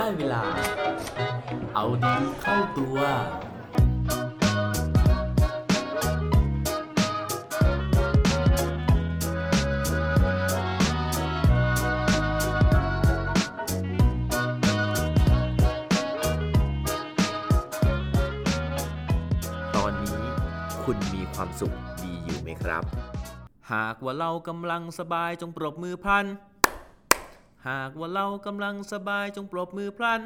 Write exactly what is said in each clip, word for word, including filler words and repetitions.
ได้เวลาเอาดีเข้าตัวตอนนี้คุณมีความสุขดีอยู่ไหมครับหากว่าเรากำลังสบายจงปรบมือพลันหากว่าเรากำลังสบายจงปรบมือพลัน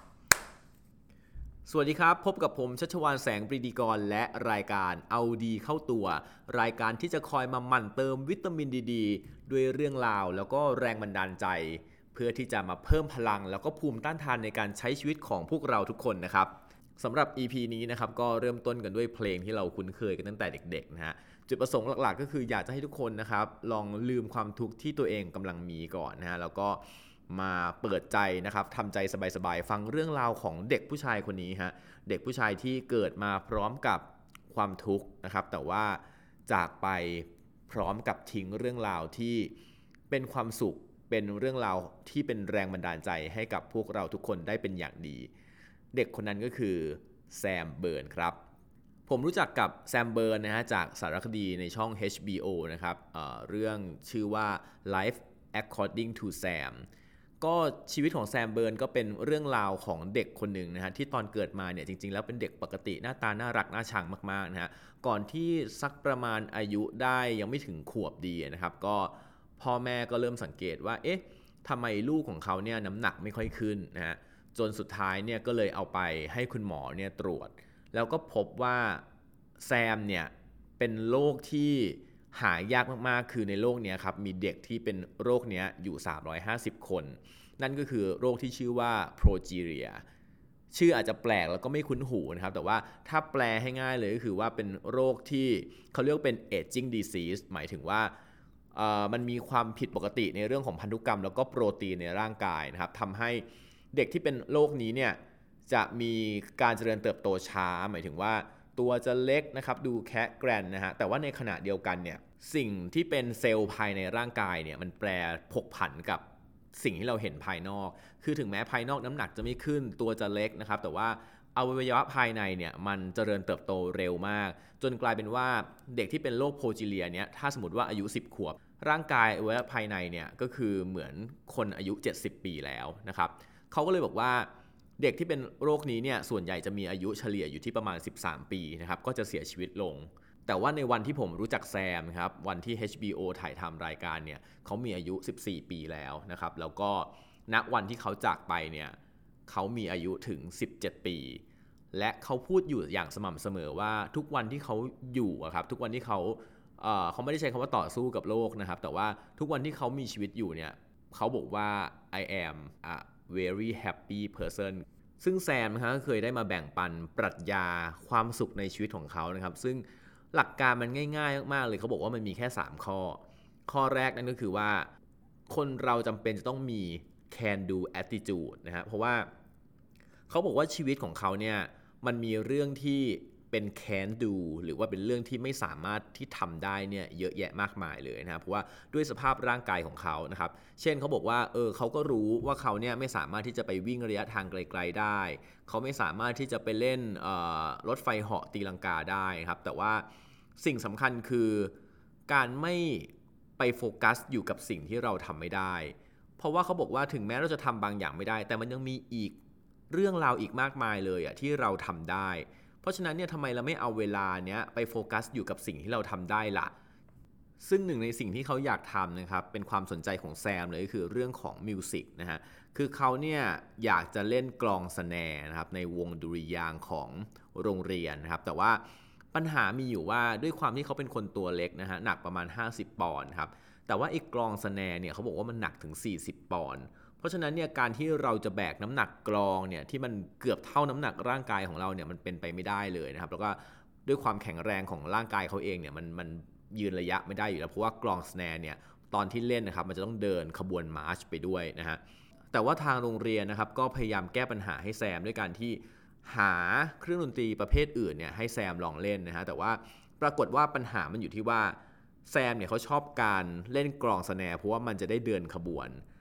สวัสดีครับพบกับผมชัชวาลแสงปรีดีกรและรายการเอาดีเข้าตัวรายการที่จะคอยมาหมั่นเติมวิตามินดีดด้วยเรื่องราวแล้วก็แรงบันดาลใจเพื่อที่จะมาเพิ่มพลังแล้วก็ภูมิต้านทานในการใช้ชีวิตของพวกเราทุกคนนะครับสำหรับ อี พี นี้นะครับก็เริ่มต้นกันด้วยเพลงที่เราคุ้นเคยกันตั้งแต่เด็กๆนะฮะจุดประสงค์หลักๆก็คืออยากจะให้ทุกคนนะครับลองลืมความทุกข์ที่ตัวเองกำลังมีก่อนนะฮะแล้วก็มาเปิดใจนะครับทำใจสบายๆฟังเรื่องราวของเด็กผู้ชายคนนี้ฮะเด็กผู้ชายที่เกิดมาพร้อมกับความทุกข์นะครับแต่ว่าจากไปพร้อมกับทิ้งเรื่องราวที่เป็นความสุขเป็นเรื่องราวที่เป็นแรงบันดาลใจให้กับพวกเราทุกคนได้เป็นอย่างดีเด็กคนนั้นก็คือแซมเบิร์นครับผมรู้จักกับแซมเบิร์นนะฮะจากสารคดีในช่อง เอช บี โอ นะครับ เอ่อ เรื่องชื่อว่า Life According to Sam ก็ชีวิตของแซมเบิร์นก็เป็นเรื่องราวของเด็กคนหนึ่งนะฮะที่ตอนเกิดมาเนี่ยจริงๆแล้วเป็นเด็กปกติหน้าตาน่ารักน่าชังมากๆนะฮะก่อนที่สักประมาณอายุได้ยังไม่ถึงขวบดีนะครับก็พ่อแม่ก็เริ่มสังเกตว่าเอ๊ะทำไมลูกของเขาเนี่ยน้ำหนักไม่ค่อยขึ้นนะฮะจนสุดท้ายเนี่ยก็เลยเอาไปให้คุณหมอเนี่ยตรวจแล้วก็พบว่าแซมเนี่ยเป็นโรคที่หายากมากๆคือในโรคนี้ครับมีเด็กที่เป็นโรคนี้อยู่สามร้อยห้าสิบคนนั่นก็คือโรคที่ชื่อว่าโปรจีเรียชื่ออาจจะแปลกแล้วก็ไม่คุ้นหูนะครับแต่ว่าถ้าแปลให้ง่ายเลยก็คือว่าเป็นโรคที่เขาเรียกเป็น aging disease หมายถึงว่ามันมีความผิดปกติในเรื่องของพันธุกรรมแล้วก็โปรตีนในร่างกายนะครับทำให้เด็กที่เป็นโรคนี้เนี่ยจะมีการเจริญเติบโตช้าหมายถึงว่าตัวจะเล็กนะครับดูแคะแกรนนะฮะแต่ว่าในขณะเดียวกันเนี่ยสิ่งที่เป็นเซลล์ภายในร่างกายเนี่ยมันแปรผกผันกับสิ่งที่เราเห็นภายนอกคือถึงแม้ภายนอกน้ำหนักจะไม่ขึ้นตัวจะเล็กนะครับแต่ว่าอวัยวะภายในเนี่ยมันเจริญเติบโตเร็วมากจนกลายเป็นว่าเด็กที่เป็นโรคโพจิเลียเนี่ยถ้าสมมติว่าอายุสิบขวบร่างกายอวัยวะภายในเนี่ยก็คือเหมือนคนอายุเจ็ดสิบปีแล้วนะครับเขาก็เลยบอกว่าเด็กที่เป็นโรคนี้เนี่ยส่วนใหญ่จะมีอายุเฉลี่ยอยู่ที่ประมาณสิบสามปีนะครับก็จะเสียชีวิตลงแต่ว่าในวันที่ผมรู้จักแซมครับวันที่ เอช บี โอ ถ่ายทำรายการเนี่ยเขามีอายุสิบสี่ปีแล้วนะครับแล้วก็ณวันที่เขาจากไปเนี่ยเขามีอายุถึงสิบเจ็ดปีและเขาพูดอยู่อย่างสม่ำเสมอว่าทุกวันที่เขาอยู่ครับทุกวันที่เขาเอ่อเขาไม่ได้ใช้คำว่าต่อสู้กับโลกนะครับแต่ว่าทุกวันที่เขามีชีวิตอยู่เนี่ยเขาบอกว่า I am a very happy person ซึ่งแซมนะครับเคยได้มาแบ่งปันปรัชญาความสุขในชีวิตของเขานะครับซึ่งหลักการมันง่ายๆมากๆเลยเขาบอกว่ามันมีแค่สามข้อข้อแรกนั่นก็คือว่าคนเราจำเป็นจะต้องมี can do attitude นะฮะเพราะว่าเขาบอกว่าชีวิตของเขาเนี่ยมันมีเรื่องที่เป็น can do หรือว่าเป็นเรื่องที่ไม่สามารถที่ทำได้เนี่ยเยอะแยะมากมายเลยนะครับเพราะว่าด้วยสภาพร่างกายของเขานะครับเช่นเขาบอกว่าเออเขาก็รู้ว่าเขาเนี่ยไม่สามารถที่จะไปวิ่งระยะทางไกลๆได้เขาไม่สามารถที่จะไปเล่นรถไฟเหาะตีลังกาได้ครับแต่ว่าสิ่งสำคัญคือการไม่ไปโฟกัสอยู่กับสิ่งที่เราทำไม่ได้เพราะว่าเขาบอกว่าถึงแม้เราจะทำบางอย่างไม่ได้แต่มันยังมีอีกเรื่องราวอีกมากมายเลยอ่ะที่เราทำได้เพราะฉะนั้นเนี่ยทำไมเราไม่เอาเวลาเนี้ยไปโฟกัสอยู่กับสิ่งที่เราทำได้ล่ะซึ่งหนึ่งในสิ่งที่เขาอยากทำนะครับเป็นความสนใจของแซมเลยก็คือเรื่องของมิวสิกนะฮะคือเขาเนี่ยอยากจะเล่นกลองสแนร์นะครับในวงดุริยางค์ของโรงเรียนนะครับแต่ว่าปัญหามีอยู่ว่าด้วยความที่เขาเป็นคนตัวเล็กนะฮะหนักประมาณห้าสิบปอนด์ครับแต่ว่าไอ้กลองสแนร์เนี่ยเขาบอกว่ามันหนักถึงสี่สิบปอนด์เพราะฉะนั้นเนี่ยการที่เราจะแบกน้ำหนักกลองเนี่ยที่มันเกือบเท่าน้ำหนักร่างกายของเราเนี่ยมันเป็นไปไม่ได้เลยนะครับแล้วก็ด้วยความแข็งแรงของร่างกายเขาเองเนี่ยมันมันยืนระยะไม่ได้อยู่แล้วเพราะว่ากลองสแนร์เนี่ยตอนที่เล่นนะครับมันจะต้องเดินขบวนมาร์ชไปด้วยนะฮะแต่ว่าทางโรงเรียนนะครับก็พยายามแก้ปัญหาให้แซมด้วยการที่หาเครื่องดนตรีประเภทอื่นเนี่ยให้แซมลองเล่นนะฮะแต่ว่าปรากฏว่าปัญหามันอยู่ที่ว่าแซมเนี่ยเขาชอบการเล่นกลองสแนร์เพราะว่ามันจะได้เดินขบวน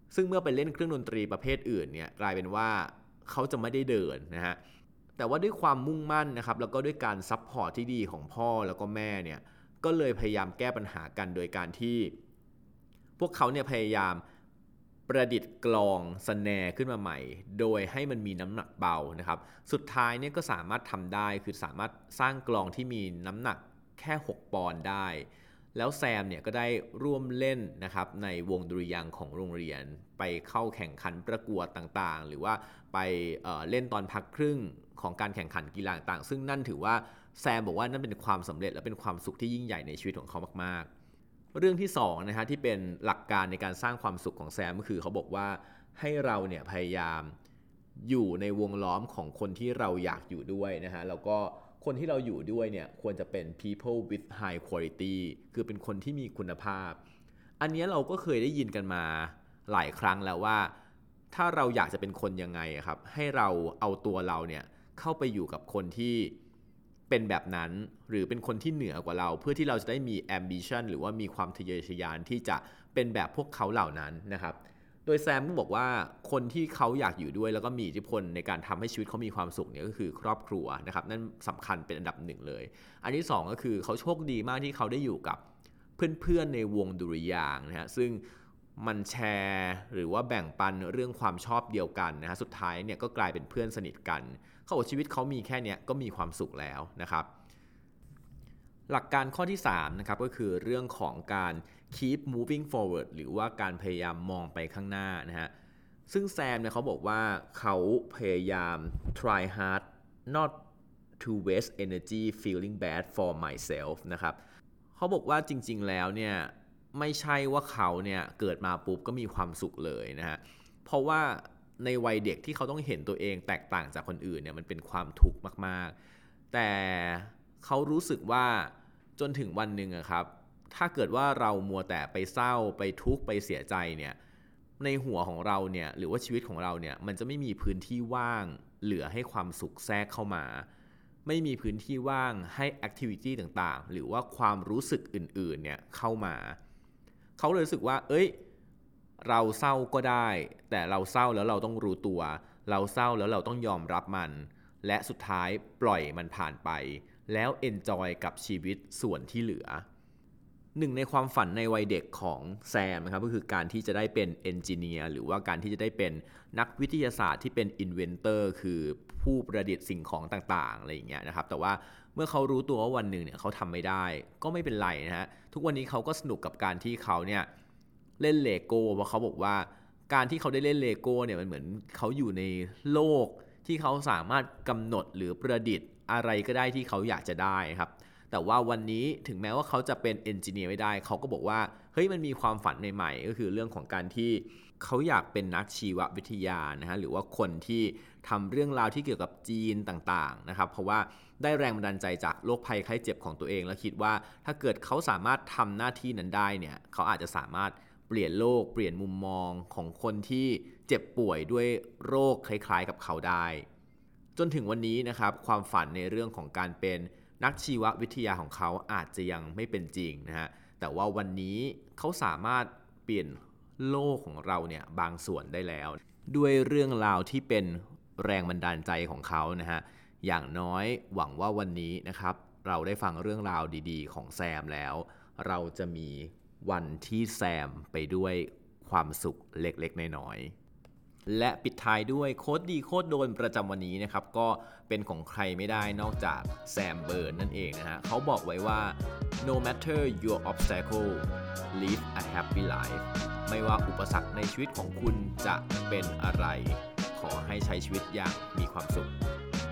ซึ่งเมื่อไปเล่นเครื่องดนตรีประเภทอื่นเนี่ยกลายเป็นว่าเขาจะไม่ได้เดินนะฮะแต่ว่าด้วยความมุ่งมั่นนะครับแล้วก็ด้วยการซัพพอร์ตที่ดีของพ่อแล้วก็แม่เนี่ยก็เลยพยายามแก้ปัญหากันโดยการที่พวกเขาเนี่ยพยายามประดิษฐ์กลองสแนร์ขึ้นมาใหม่โดยให้มันมีน้ำหนักเบานะครับสุดท้ายเนี่ยก็สามารถทำได้คือสามารถสร้างกลองที่มีน้ำหนักแค่หกปอนด์ได้แล้วแซมเนี่ยก็ได้ร่วมเล่นนะครับในวงดุริยางค์ของโรงเรียนไปเข้าแข่งขันประกวดต่างๆหรือว่าไปเอ่อเล่นตอนพักครึ่งของการแข่งขันกีฬาต่างๆซึ่งนั่นถือว่าแซมบอกว่านั่นเป็นความสำเร็จและเป็นความสุขที่ยิ่งใหญ่ในชีวิตของเขามากๆเรื่องที่สองนะฮะที่เป็นหลักการในการสร้างความสุขของแซมก็คือเขาบอกว่าให้เราเนี่ยพยายามอยู่ในวงล้อมของคนที่เราอยากอยู่ด้วยนะฮะแล้วก็คนที่เราอยู่ด้วยเนี่ยควรจะเป็น people with high quality คือเป็นคนที่มีคุณภาพอันนี้เราก็เคยได้ยินกันมาหลายครั้งแล้วว่าถ้าเราอยากจะเป็นคนยังไงครับให้เราเอาตัวเราเนี่ยเข้าไปอยู่กับคนที่เป็นแบบนั้นหรือเป็นคนที่เหนือกว่าเราเพื่อที่เราจะได้มี ambition หรือว่ามีความทะเยอทะยานที่จะเป็นแบบพวกเขาเหล่านั้นนะครับโดยแซมก็บอกว่าคนที่เขาอยากอยู่ด้วยแล้วก็มีอิทธิพลในการทำให้ชีวิตเขามีความสุขเนี่ยก็คือครอบครัวนะครับนั่นสำคัญเป็นอันดับหนึ่งเลยอันที่สองก็คือเขาโชคดีมากที่เขาได้อยู่กับเพื่อนๆในวงดุริยางค์นะฮะซึ่งมันแชร์หรือว่าแบ่งปันเรื่องความชอบเดียวกันนะฮะสุดท้ายเนี่ยก็กลายเป็นเพื่อนสนิทกันเขาบอกชีวิตเขามีแค่นี้ก็มีความสุขแล้วนะครับหลักการข้อที่สามนะครับก็คือเรื่องของการ keep moving forward หรือว่าการพยายามมองไปข้างหน้านะฮะซึ่งแซมเนี่ยเขาบอกว่าเขาพยายาม try hard not to waste energy feeling bad for myself นะครับเขาบอกว่าจริงๆแล้วเนี่ยไม่ใช่ว่าเขาเนี่ยเกิดมาปุ๊บก็มีความสุขเลยนะฮะเพราะว่าในวัยเด็กที่เขาต้องเห็นตัวเองแตกต่างจากคนอื่นเนี่ยมันเป็นความทุกข์มากๆแต่เขารู้สึกว่าจนถึงวันหนึ่งอะครับถ้าเกิดว่าเรามัวแต่ไปเศร้าไปทุกข์ไปเสียใจเนี่ยในหัวของเราเนี่ยหรือว่าชีวิตของเราเนี่ยมันจะไม่มีพื้นที่ว่างเหลือให้ความสุขแทรกเข้ามาไม่มีพื้นที่ว่างให้แอคทิวิตี้ต่างๆหรือว่าความรู้สึกอื่นๆเนี่ยเข้ามาเขาเลยรู้สึกว่าเอ้ยเราเศร้าก็ได้แต่เราเศร้าแล้วเราต้องรู้ตัวเราเศร้าแล้วเราต้องยอมรับมันและสุดท้ายปล่อยมันผ่านไปแล้วเอนจอยกับชีวิตส่วนที่เหลือหนึ่งในความฝันในวัยเด็กของแซมนะครับก็คือการที่จะได้เป็นเอนจิเนียร์หรือว่าการที่จะได้เป็นนักวิทยาศาสตร์ที่เป็นอินเวนเตอร์คือผู้ประดิษฐ์สิ่งของต่างๆอะไรอย่างเงี้ยนะครับแต่ว่าเมื่อเขารู้ตัวว่าวันหนึ่งเนี่ยเขาทำไม่ได้ก็ไม่เป็นไรนะฮะทุกวันนี้เขาก็สนุกกับการที่เขาเนี่ยเล่นเลโก้เพราะเขาบอกว่าการที่เขาได้เล่นเลโก้เนี่ยมันเหมือนเขาอยู่ในโลกที่เขาสามารถกำหนดหรือประดิษฐ์อะไรก็ได้ที่เขาอยากจะได้ครับแต่ว่าวันนี้ถึงแม้ว่าเขาจะเป็นเอนจิเนียร์ไม่ได้เขาก็บอกว่าเฮ้ยมันมีความฝันใหม่ๆก็คือเรื่องของการที่เขาอยากเป็นนักชีววิทยานะฮะหรือว่าคนที่ทำเรื่องราวที่เกี่ยวกับจีนต่างๆนะครับเพราะว่าได้แรงบันดาลใจจากโรคภัยไข้เจ็บของตัวเองแล้วคิดว่าถ้าเกิดเขาสามารถทำหน้าที่นั้นได้เนี่ยเขาอาจจะสามารถเปลี่ยนโลกเปลี่ยนมุมมองของคนที่เจ็บป่วยด้วยโรคคล้ายๆกับเขาได้จนถึงวันนี้นะครับความฝันในเรื่องของการเป็นนักชีววิทยาของเขาอาจจะยังไม่เป็นจริงนะฮะแต่ว่าวันนี้เขาสามารถเปลี่ยนโลกของเราเนี่ยบางส่วนได้แล้วด้วยเรื่องราวที่เป็นแรงบันดาลใจของเขานะฮะอย่างน้อยหวังว่าวันนี้นะครับเราได้ฟังเรื่องราวดีๆของแซมแล้วเราจะมีวันที่แซมไปด้วยความสุขเล็กๆน้อยๆและปิดท้ายด้วยโค้ดดีโค้ดโดนประจำวันนี้นะครับก็เป็นของใครไม่ได้นอกจากแซมเบิร์นนั่นเองนะฮะเขาบอกไว้ว่า no matter your obstacle live a happy life ไม่ว่าอุปสรรคในชีวิตของคุณจะเป็นอะไรขอให้ใช้ชีวิตอย่างมีความสุข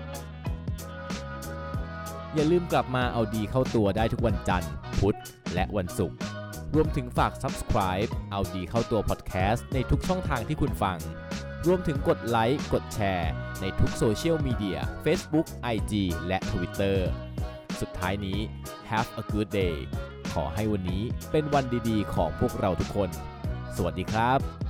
อย่าลืมกลับมาเอาดีเข้าตัวได้ทุกวันจันทร์พุธและวันศุกร์รวมถึงฝาก Subscribe เอาดีเข้าตัว Podcast ในทุกช่องทางที่คุณฟังรวมถึงกดไลค์กดแชร์ในทุกโซเชียลมีเดีย Facebook ไอ จี และ Twitter สุดท้ายนี้ Have a good day ขอให้วันนี้เป็นวันดีๆของพวกเราทุกคนสวัสดีครับ